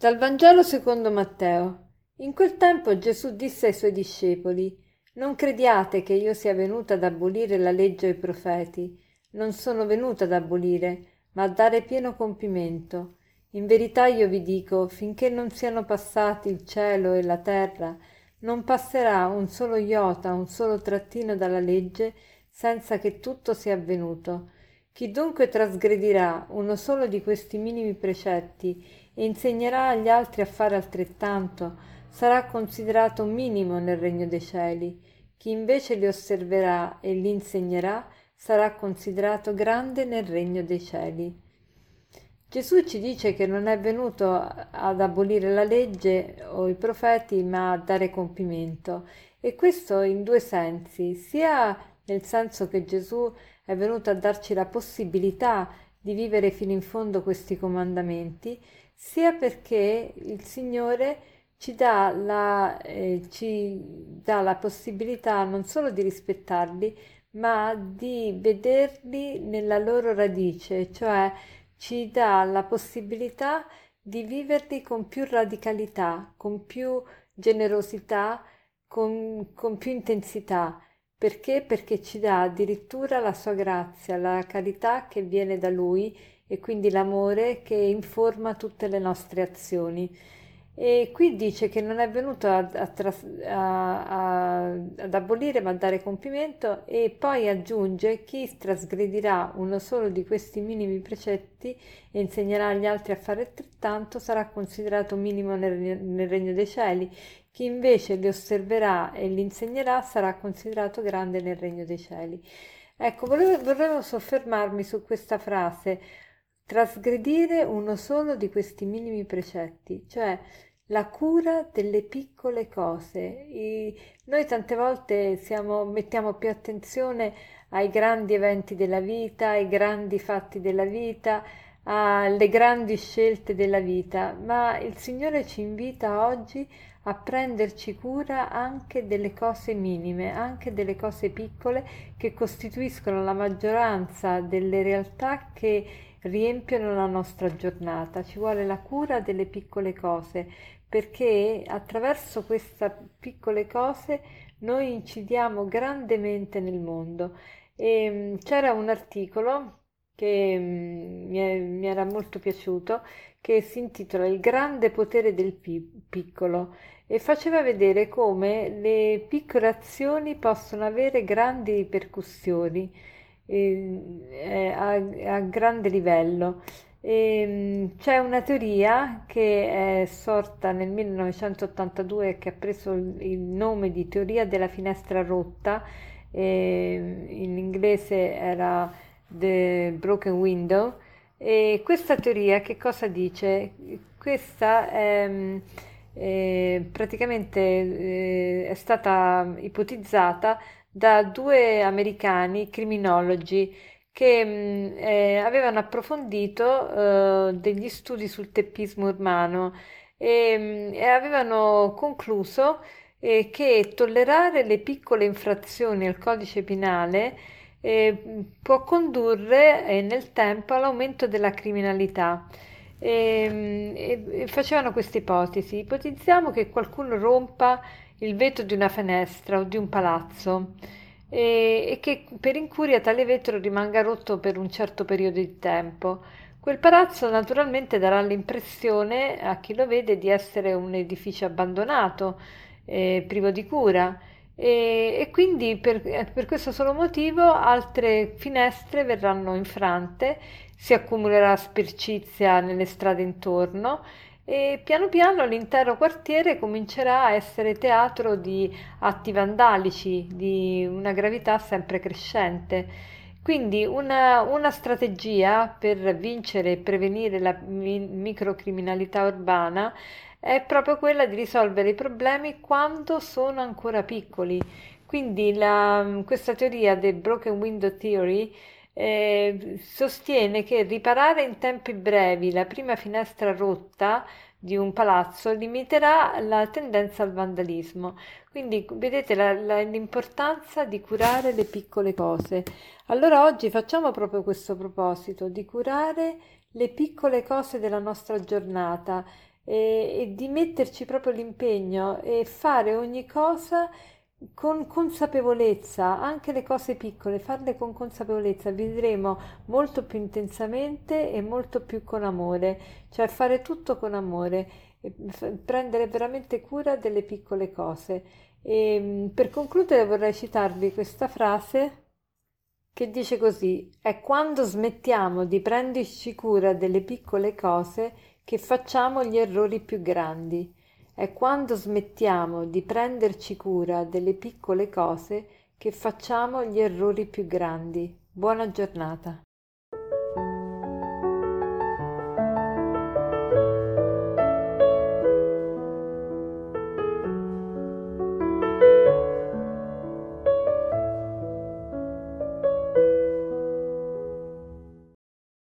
Dal Vangelo secondo Matteo. In quel tempo Gesù disse ai suoi discepoli: Non crediate che io sia venuto ad abolire la legge e i profeti. Non sono venuto ad abolire, ma a dare pieno compimento. In verità io vi dico, finché non siano passati il cielo e la terra, non passerà un solo iota, un solo trattino dalla legge, senza che tutto sia avvenuto. Chi dunque trasgredirà uno solo di questi minimi precetti e insegnerà agli altri a fare altrettanto, sarà considerato minimo nel regno dei cieli. Chi invece li osserverà e li insegnerà sarà considerato grande nel regno dei cieli. Gesù ci dice che non è venuto ad abolire la legge o i profeti, ma a dare compimento. E questo in due sensi, sia nel senso che Gesù è venuto a darci la possibilità di vivere fino in fondo questi comandamenti, sia perché il Signore ci dà la possibilità non solo di rispettarli, ma di vederli nella loro radice, cioè ci dà la possibilità di viverli con più radicalità, con più generosità, con più intensità. Perché? Perché ci dà addirittura la sua grazia, la carità che viene da Lui e quindi l'amore che informa tutte le nostre azioni. E qui dice che non è venuto ad abolire ma a dare compimento, e poi aggiunge: chi trasgredirà uno solo di questi minimi precetti e insegnerà agli altri a fare altrettanto sarà considerato minimo nel regno dei cieli. Chi invece li osserverà e li insegnerà sarà considerato grande nel regno dei cieli. Ecco, volevo soffermarmi su questa frase: trasgredire uno solo di questi minimi precetti, cioè la cura delle piccole cose. Noi tante volte mettiamo più attenzione ai grandi eventi della vita, ai grandi fatti della vita, alle grandi scelte della vita, ma il Signore ci invita oggi a prenderci cura anche delle cose minime, anche delle cose piccole che costituiscono la maggioranza delle realtà che riempiono la nostra giornata. Ci vuole la cura delle piccole cose, perché attraverso queste piccole cose noi incidiamo grandemente nel mondo. C'era un articolo che mi era molto piaciuto, che si intitola Il grande potere del piccolo, e faceva vedere come le piccole azioni possono avere grandi ripercussioni a grande livello. C'è una teoria che è sorta nel 1982 e che ha preso il nome di teoria della finestra rotta, in inglese era The Broken Window. E questa teoria che cosa dice? Questa praticamente è stata ipotizzata da due americani criminologi che avevano approfondito degli studi sul teppismo urbano e avevano concluso che tollerare le piccole infrazioni al codice penale può condurre nel tempo all'aumento della criminalità. E facevano questa ipotesi: ipotizziamo che qualcuno rompa il vetro di una finestra o di un palazzo e che per incuria tale vetro rimanga rotto per un certo periodo di tempo. Quel palazzo naturalmente darà l'impressione a chi lo vede di essere un edificio abbandonato, privo di cura. E quindi per questo solo motivo altre finestre verranno infrante, si accumulerà sporcizia nelle strade intorno e piano piano l'intero quartiere comincerà a essere teatro di atti vandalici di una gravità sempre crescente. Quindi una strategia per vincere e prevenire la microcriminalità urbana è proprio quella di risolvere i problemi quando sono ancora piccoli. Quindi questa teoria del Broken Window Theory sostiene che riparare in tempi brevi la prima finestra rotta di un palazzo limiterà la tendenza al vandalismo. Quindi vedete l'importanza di curare le piccole cose. Allora oggi facciamo proprio questo proposito di curare le piccole cose della nostra giornata e di metterci proprio l'impegno e fare ogni cosa con consapevolezza, anche le cose piccole, farle con consapevolezza, vivremo molto più intensamente e molto più con amore, cioè fare tutto con amore, e prendere veramente cura delle piccole cose. E per concludere vorrei citarvi questa frase che dice così: è quando smettiamo di prenderci cura delle piccole cose che facciamo gli errori più grandi. È quando smettiamo di prenderci cura delle piccole cose che facciamo gli errori più grandi. Buona giornata.